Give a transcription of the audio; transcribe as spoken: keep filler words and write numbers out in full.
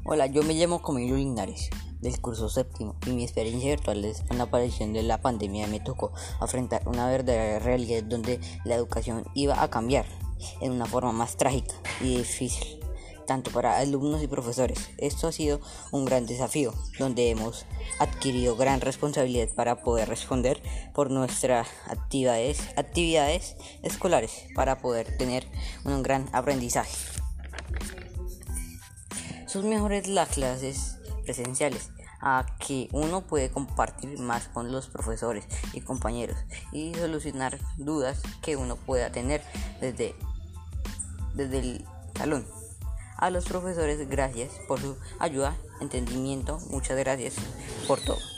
Hola, yo me llamo Camilo Linares, del curso séptimo, y mi experiencia virtual es con la aparición de la pandemia. Me tocó afrontar una verdadera realidad donde la educación iba a cambiar en una forma más trágica y difícil, tanto para alumnos y profesores. Esto ha sido un gran desafío, donde hemos adquirido gran responsabilidad para poder responder por nuestras actividades, actividades escolares, para poder tener un gran aprendizaje. Son mejores las clases presenciales, a que uno puede compartir más con los profesores y compañeros y solucionar dudas que uno pueda tener desde, desde el salón. A los profesores, gracias por su ayuda, entendimiento, muchas gracias por todo.